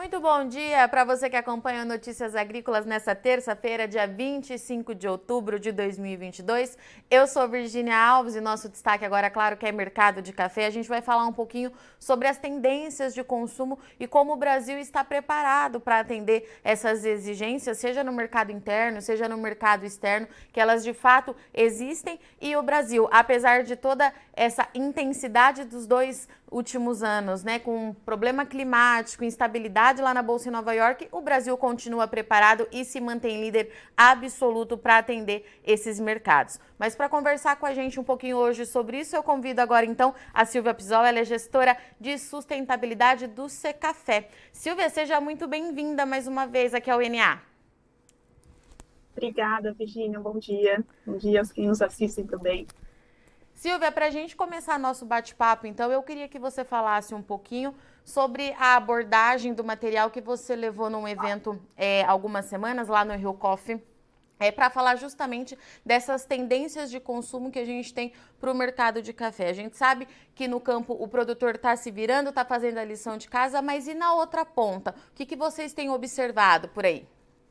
Muito bom dia para você que acompanha Notícias Agrícolas nessa terça-feira, dia 25 de outubro de 2022. Eu sou Virgínia Alves e nosso destaque agora, claro, que é mercado de café. A gente vai falar um pouquinho sobre as tendências de consumo e como o Brasil está preparado para atender essas exigências, seja no mercado interno, seja no mercado externo, que elas de fato existem. E o Brasil, apesar de toda essa intensidade dos dois últimos anos, né, com problema climático, instabilidade lá na Bolsa em Nova York, o Brasil continua preparado e se mantém líder absoluto para atender esses mercados. Mas para conversar com a gente um pouquinho hoje sobre isso, eu convido agora então a Silvia Pisola, ela é gestora de sustentabilidade do Secafé. Silvia, seja muito bem-vinda mais uma vez aqui ao NA. Obrigada, Virgínia. Bom dia. Bom dia aos que nos assistem também. Silvia, para a gente começar nosso bate-papo, então, eu queria que você falasse um pouquinho sobre a abordagem do material que você levou num evento algumas semanas lá no Rio Coffee. Para falar justamente dessas tendências de consumo que a gente tem para o mercado de café. A gente sabe que no campo o produtor está se virando, está fazendo a lição de casa, mas e na outra ponta? O que vocês têm observado por aí?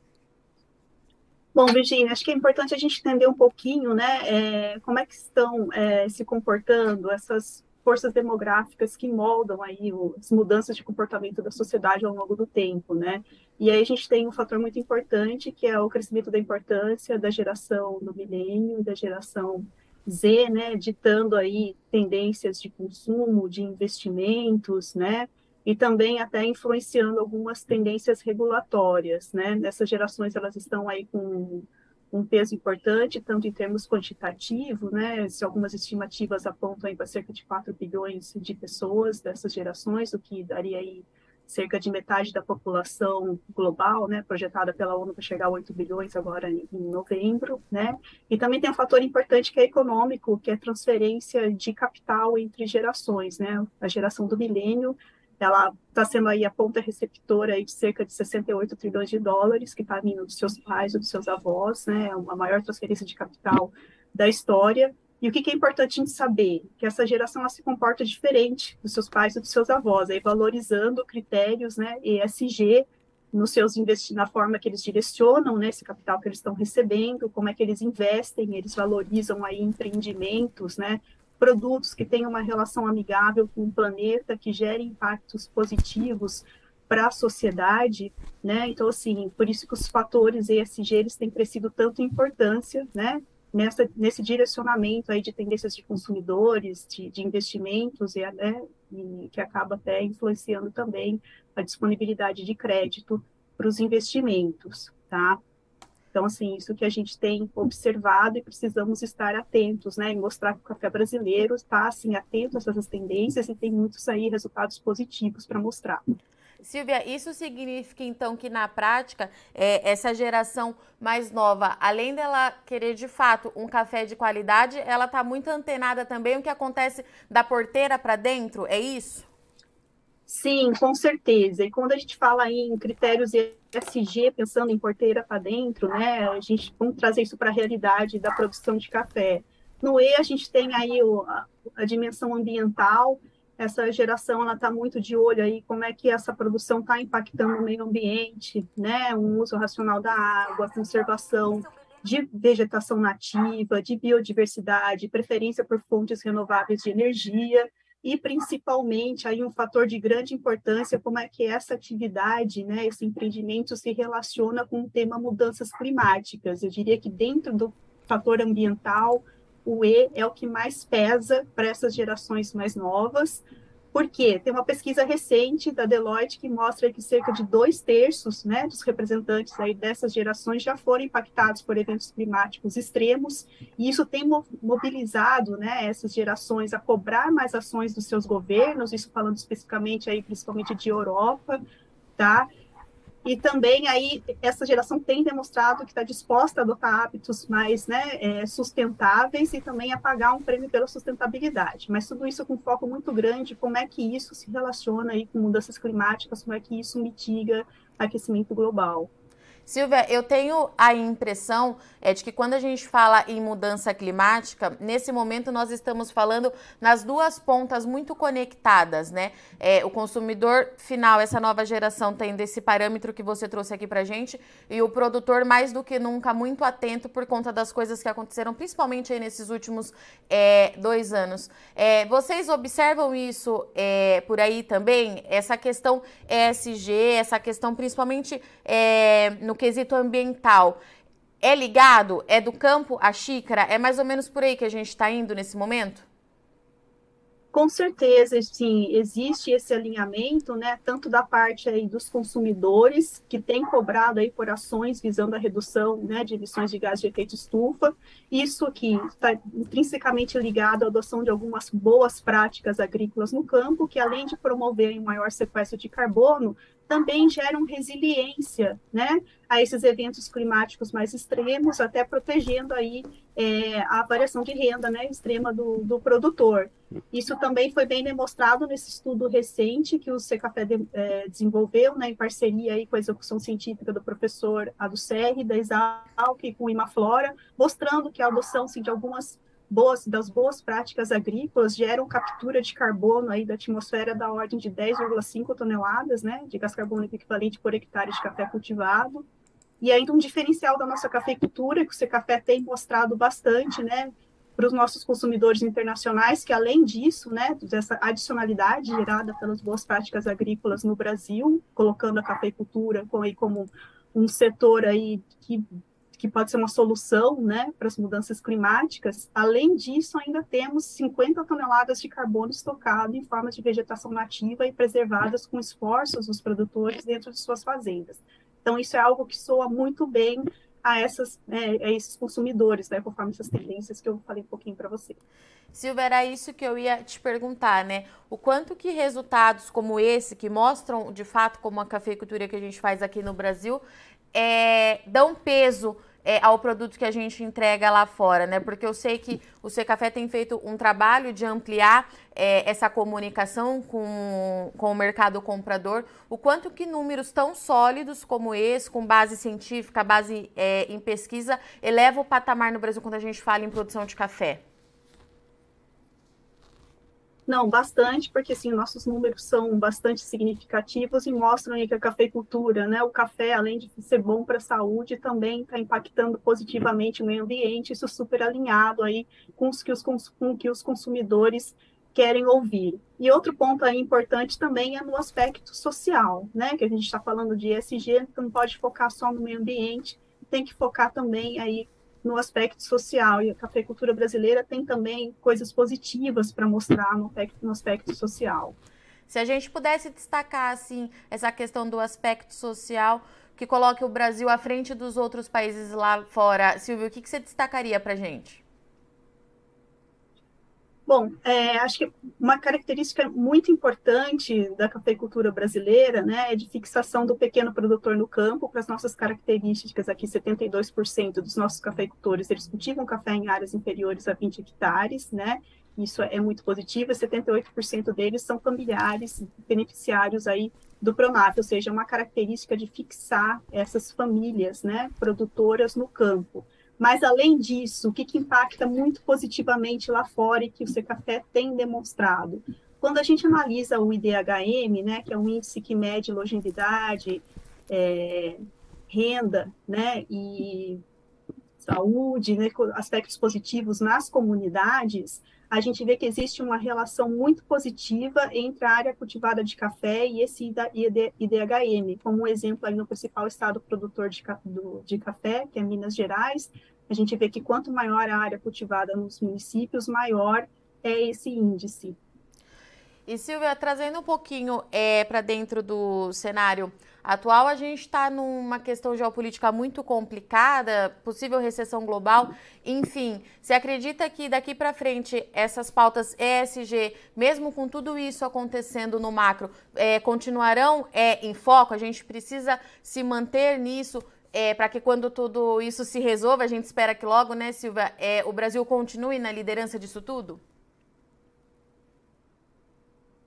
Bom, Virgínia, acho que é importante a gente entender um pouquinho, né, como é que estão se comportando essas forças demográficas que moldam aí as mudanças de comportamento da sociedade ao longo do tempo, né? E aí a gente tem um fator muito importante, que é o crescimento da importância da geração do milênio e da geração Z, né, ditando aí tendências de consumo, de investimentos, né? E também até influenciando algumas tendências regulatórias, né? Essas gerações, elas estão aí com um peso importante, tanto em termos quantitativos, né? Se algumas estimativas apontam aí para cerca de 4 bilhões de pessoas dessas gerações, o que daria aí cerca de metade da população global, né, projetada pela ONU para chegar a 8 bilhões agora em novembro, né? E também tem um fator importante que é econômico, que é transferência de capital entre gerações, né? A geração do milênio, ela está sendo aí a ponta receptora aí de cerca de 68 trilhões de dólares, que está vindo dos seus pais ou dos seus avós, né? É uma maior transferência de capital da história. E o que é importante a gente saber? Que essa geração ela se comporta diferente dos seus pais e dos seus avós, aí valorizando critérios, né, ESG nos seus na forma que eles direcionam, né, esse capital que eles estão recebendo, como é que eles investem, eles valorizam aí empreendimentos, né, produtos que tenham uma relação amigável com o planeta, que gerem impactos positivos para a sociedade, né? Então, assim, por isso que os fatores ESG eles têm crescido tanto em importância, né? Nesse direcionamento aí de tendências de consumidores, de investimentos, e que acaba até influenciando também a disponibilidade de crédito para os investimentos, tá? Então, assim, isso que a gente tem observado e precisamos estar atentos, né? E mostrar que o café brasileiro está, assim, atento a essas tendências e tem muitos aí resultados positivos para mostrar. Silvia, isso significa então que na prática essa geração mais nova, além dela querer de fato um café de qualidade, ela está muito antenada também o que acontece da porteira para dentro, é isso? Sim, com certeza. E quando a gente fala em critérios ESG, pensando em porteira para dentro, né, a gente vamos trazer isso para a realidade da produção de café. No E, a gente tem aí a dimensão ambiental. Essa geração ela está muito de olho aí como é que essa produção está impactando o meio ambiente, né, um uso racional da água, conservação de vegetação nativa, de biodiversidade, preferência por fontes renováveis de energia e principalmente aí um fator de grande importância, como é que essa atividade, né, esse empreendimento se relaciona com o tema mudanças climáticas. Eu diria que dentro do fator ambiental, o E é o que mais pesa para essas gerações mais novas. Por quê? Tem uma pesquisa recente da Deloitte que mostra que cerca de 2/3, né, dos representantes aí dessas gerações já foram impactados por eventos climáticos extremos, e isso tem mobilizado, né, essas gerações a cobrar mais ações dos seus governos, isso falando especificamente aí, principalmente de Europa, tá? E também aí essa geração tem demonstrado que está disposta a adotar hábitos mais, né, sustentáveis e também a pagar um prêmio pela sustentabilidade. Mas tudo isso com foco muito grande, como é que isso se relaciona aí com mudanças climáticas, como é que isso mitiga aquecimento global. Silvia, eu tenho a impressão de que quando a gente fala em mudança climática, nesse momento nós estamos falando nas duas pontas muito conectadas, né? O consumidor final, essa nova geração, tendo esse parâmetro que você trouxe aqui pra gente, e o produtor mais do que nunca muito atento por conta das coisas que aconteceram, principalmente aí nesses últimos 2 anos. Vocês observam isso por aí também? Essa questão ESG, essa questão principalmente no quesito ambiental, é ligado? É do campo à xícara? É mais ou menos por aí que a gente está indo nesse momento? Com certeza, sim, existe esse alinhamento, né, tanto da parte aí dos consumidores, que têm cobrado aí por ações visando a redução, né, de emissões de gás de efeito estufa, isso aqui está intrinsecamente ligado à adoção de algumas boas práticas agrícolas no campo, que além de promoverem um maior sequestro de carbono, também geram resiliência, né, a esses eventos climáticos mais extremos, até protegendo aí a variação de renda, né, extrema do produtor. Isso também foi bem demonstrado nesse estudo recente que o Secafé desenvolveu, né, em parceria aí com a execução científica do professor Aducerre, da Exalc e com o Imaflora, mostrando que a adoção assim, de algumas das boas práticas agrícolas geram captura de carbono aí da atmosfera da ordem de 10,5 toneladas, né, de gás carbônico equivalente por hectare de café cultivado. E ainda um diferencial da nossa cafeicultura, que o Secafé tem mostrado bastante, né, para os nossos consumidores internacionais, que além disso, né, dessa adicionalidade gerada pelas boas práticas agrícolas no Brasil, colocando a cafeicultura como um setor aí que pode ser uma solução, né, para as mudanças climáticas. Além disso, ainda temos 50 toneladas de carbono estocado em formas de vegetação nativa e preservadas com esforços dos produtores dentro de suas fazendas. Então, isso é algo que soa muito bem a esses consumidores, né, conforme essas tendências que eu falei um pouquinho para você. Silvia, era isso que eu ia te perguntar, né? O quanto que resultados como esse, que mostram de fato como a cafeicultura que a gente faz aqui no Brasil, dão peso ao produto que a gente entrega lá fora, né? Porque eu sei que o Secafé tem feito um trabalho de ampliar essa comunicação com o mercado comprador. O quanto que números tão sólidos como esse, com base científica, base em pesquisa, eleva o patamar no Brasil quando a gente fala em produção de café? Não, bastante, porque assim, nossos números são bastante significativos e mostram aí que a cafeicultura, né, o café, além de ser bom para a saúde, também está impactando positivamente o meio ambiente, isso super alinhado aí com o que os consumidores querem ouvir. E outro ponto aí importante também é no aspecto social, né, que a gente está falando de ESG, então não pode focar só no meio ambiente, tem que focar também aí no aspecto social, e a cafeicultura brasileira tem também coisas positivas para mostrar no aspecto social. Se a gente pudesse destacar, assim, essa questão do aspecto social, que coloque o Brasil à frente dos outros países lá fora, Silvio, o que você destacaria para a gente? Bom, acho que uma característica muito importante da cafeicultura brasileira, né, é de fixação do pequeno produtor no campo para as nossas características aqui, 72% dos nossos cafeicultores, eles cultivam café em áreas inferiores a 20 hectares, né, isso é muito positivo, e 78% deles são familiares, beneficiários aí do Pronaf, ou seja, uma característica de fixar essas famílias, né, produtoras no campo. Mas, além disso, o que impacta muito positivamente lá fora e que o Secafé tem demonstrado? Quando a gente analisa o IDHM, né, que é um índice que mede longevidade, renda, né, e saúde, né, aspectos positivos nas comunidades, a gente vê que existe uma relação muito positiva entre a área cultivada de café e esse IDHM, como um exemplo aí no principal estado produtor de café, que é Minas Gerais, a gente vê que quanto maior a área cultivada nos municípios, maior é esse índice. E Silvia, trazendo um pouquinho para dentro do cenário atual, a gente está numa questão geopolítica muito complicada, possível recessão global, enfim, você acredita que daqui para frente essas pautas ESG, mesmo com tudo isso acontecendo no macro, continuarão em foco? A gente precisa se manter nisso para que quando tudo isso se resolva, a gente espera que logo, né, Silvia, o Brasil continue na liderança disso tudo?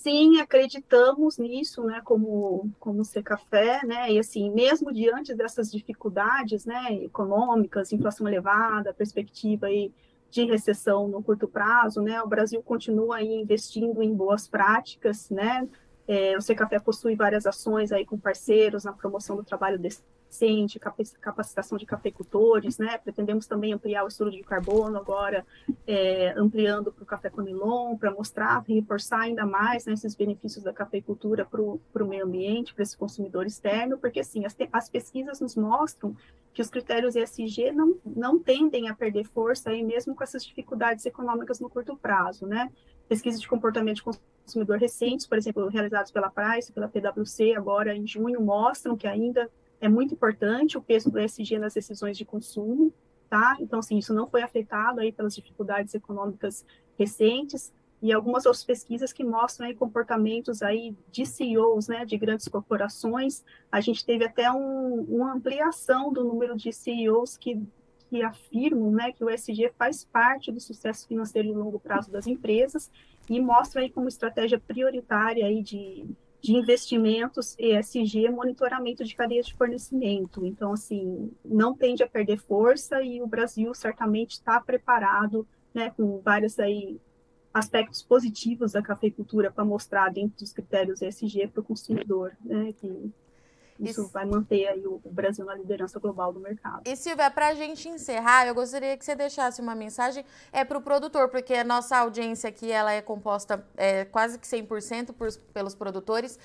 Sim, acreditamos nisso, né, como Secafé, né, e assim, mesmo diante dessas dificuldades, né, econômicas, inflação elevada, perspectiva aí de recessão no curto prazo, né, o Brasil continua aí investindo em boas práticas, né, o Secafé possui várias ações aí com parceiros na promoção do trabalho decente, capacitação de cafeicultores, né, pretendemos também ampliar o estudo de carbono agora, ampliando para o café Conilon, para mostrar, reforçar ainda mais, né, esses benefícios da cafeicultura para o meio ambiente, para esse consumidor externo, porque assim, as pesquisas nos mostram que os critérios ESG não tendem a perder força aí mesmo com essas dificuldades econômicas no curto prazo, né? Pesquisas de comportamento de consumidor recentes, por exemplo, realizadas pela Price, pela PwC, agora em junho, mostram que ainda é muito importante o peso do ESG nas decisões de consumo, tá? Então, assim, isso não foi afetado aí pelas dificuldades econômicas recentes, e algumas outras pesquisas que mostram aí comportamentos aí de CEOs, né, de grandes corporações. A gente teve até uma ampliação do número de CEOs que afirmam, né, que o ESG faz parte do sucesso financeiro de longo prazo das empresas e mostra aí como estratégia prioritária aí de investimentos ESG, monitoramento de cadeias de fornecimento. Então, assim, não tende a perder força e o Brasil certamente está preparado, né, com vários aí aspectos positivos da cafeicultura para mostrar dentro dos critérios ESG para o consumidor, né, que isso vai manter aí o Brasil na liderança global do mercado. E Silvia, para a gente encerrar, eu gostaria que você deixasse uma mensagem para o produtor, porque a nossa audiência aqui ela é composta quase que 100% pelos produtores,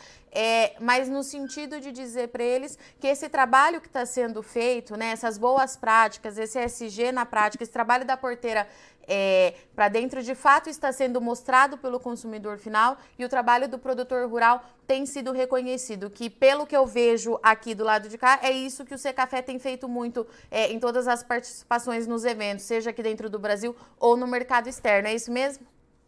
mas no sentido de dizer para eles que esse trabalho que está sendo feito, né, essas boas práticas, esse ESG na prática, esse trabalho da porteira para dentro, de fato está sendo mostrado pelo consumidor final e o trabalho do produtor rural tem sido reconhecido, que pelo que eu vejo aqui do lado de cá, é isso que o Secafé tem feito muito em todas as participações nos eventos, seja aqui dentro do Brasil ou no mercado externo, é isso mesmo?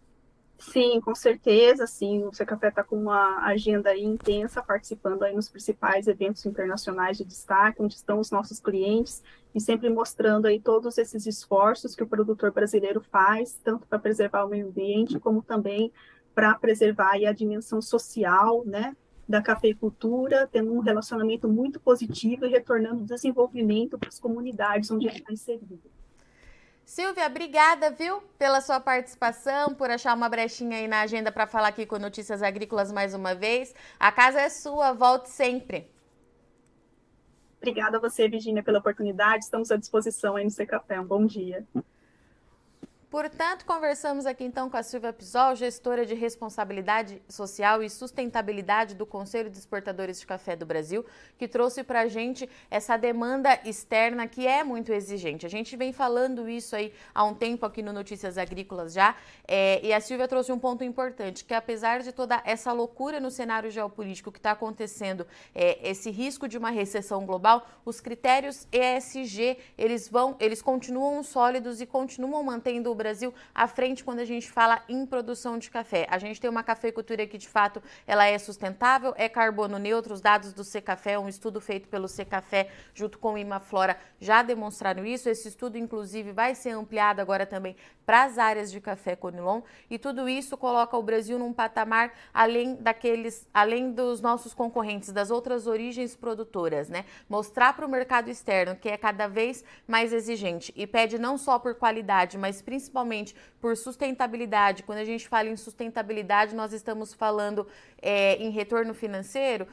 Sim, com certeza, sim, o Secafé está com uma agenda aí intensa, participando aí nos principais eventos internacionais de destaque, onde estão os nossos clientes, e sempre mostrando aí todos esses esforços que o produtor brasileiro faz, tanto para preservar o meio ambiente, como também para preservar aí a dimensão social, né, da cafeicultura, tendo um relacionamento muito positivo e retornando desenvolvimento para as comunidades onde ele está inserido. Silvia, obrigada, viu, pela sua participação, por achar uma brechinha aí na agenda para falar aqui com Notícias Agrícolas mais uma vez. A casa é sua, volte sempre. Obrigada a você, Virginia, pela oportunidade. Estamos à disposição aí no Secafé. Um bom dia. Portanto, conversamos aqui então com a Silvia Pisol, gestora de responsabilidade social e sustentabilidade do Conselho de Exportadores de Café do Brasil, que trouxe para a gente essa demanda externa que é muito exigente. A gente vem falando isso aí há um tempo aqui no Notícias Agrícolas já, e a Silvia trouxe um ponto importante, que apesar de toda essa loucura no cenário geopolítico que está acontecendo, esse risco de uma recessão global, os critérios ESG, eles continuam sólidos e continuam mantendo o Brasil à frente quando a gente fala em produção de café. A gente tem uma cafeicultura que de fato ela é sustentável, é carbono neutro. Os dados do Secafé, um estudo feito pelo Secafé junto com o Imaflora já demonstraram isso. Esse estudo inclusive vai ser ampliado agora também para as áreas de café Conilon, e tudo isso coloca o Brasil num patamar além dos nossos concorrentes, das outras origens produtoras, né? Mostrar para o mercado externo que é cada vez mais exigente e pede não só por qualidade, mas principalmente por sustentabilidade. Quando a gente fala em sustentabilidade, nós estamos falando em retorno financeiro,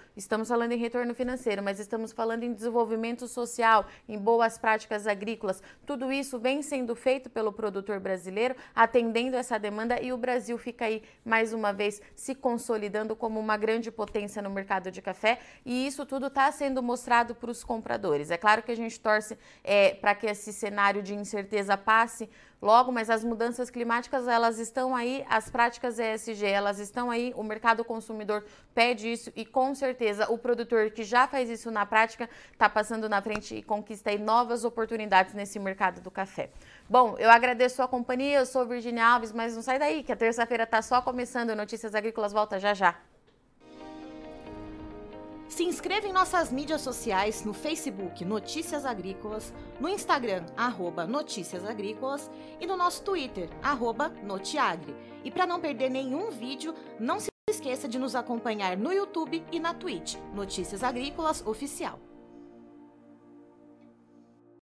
mas estamos falando em desenvolvimento social, em boas práticas agrícolas. Tudo isso vem sendo feito pelo produtor brasileiro, atendendo essa demanda, e o Brasil fica aí, mais uma vez, se consolidando como uma grande potência no mercado de café, e isso tudo está sendo mostrado para os compradores. É claro que a gente torce para que esse cenário de incerteza passe logo, mas as mudanças climáticas, elas estão aí, as práticas ESG, elas estão aí, o mercado consumidor pede isso, e com certeza o produtor que já faz isso na prática está passando na frente e conquista aí novas oportunidades nesse mercado do café. Bom, eu agradeço a companhia, eu sou Virginia Alves, mas não sai daí, que a terça-feira está só começando. Notícias Agrícolas volta já já. Se inscreva em nossas mídias sociais, no Facebook Notícias Agrícolas, no Instagram @Notícias Agrícolas e no nosso Twitter @Notiagre. E para não perder nenhum vídeo, não se esqueça de nos acompanhar no YouTube e na Twitch, Notícias Agrícolas Oficial.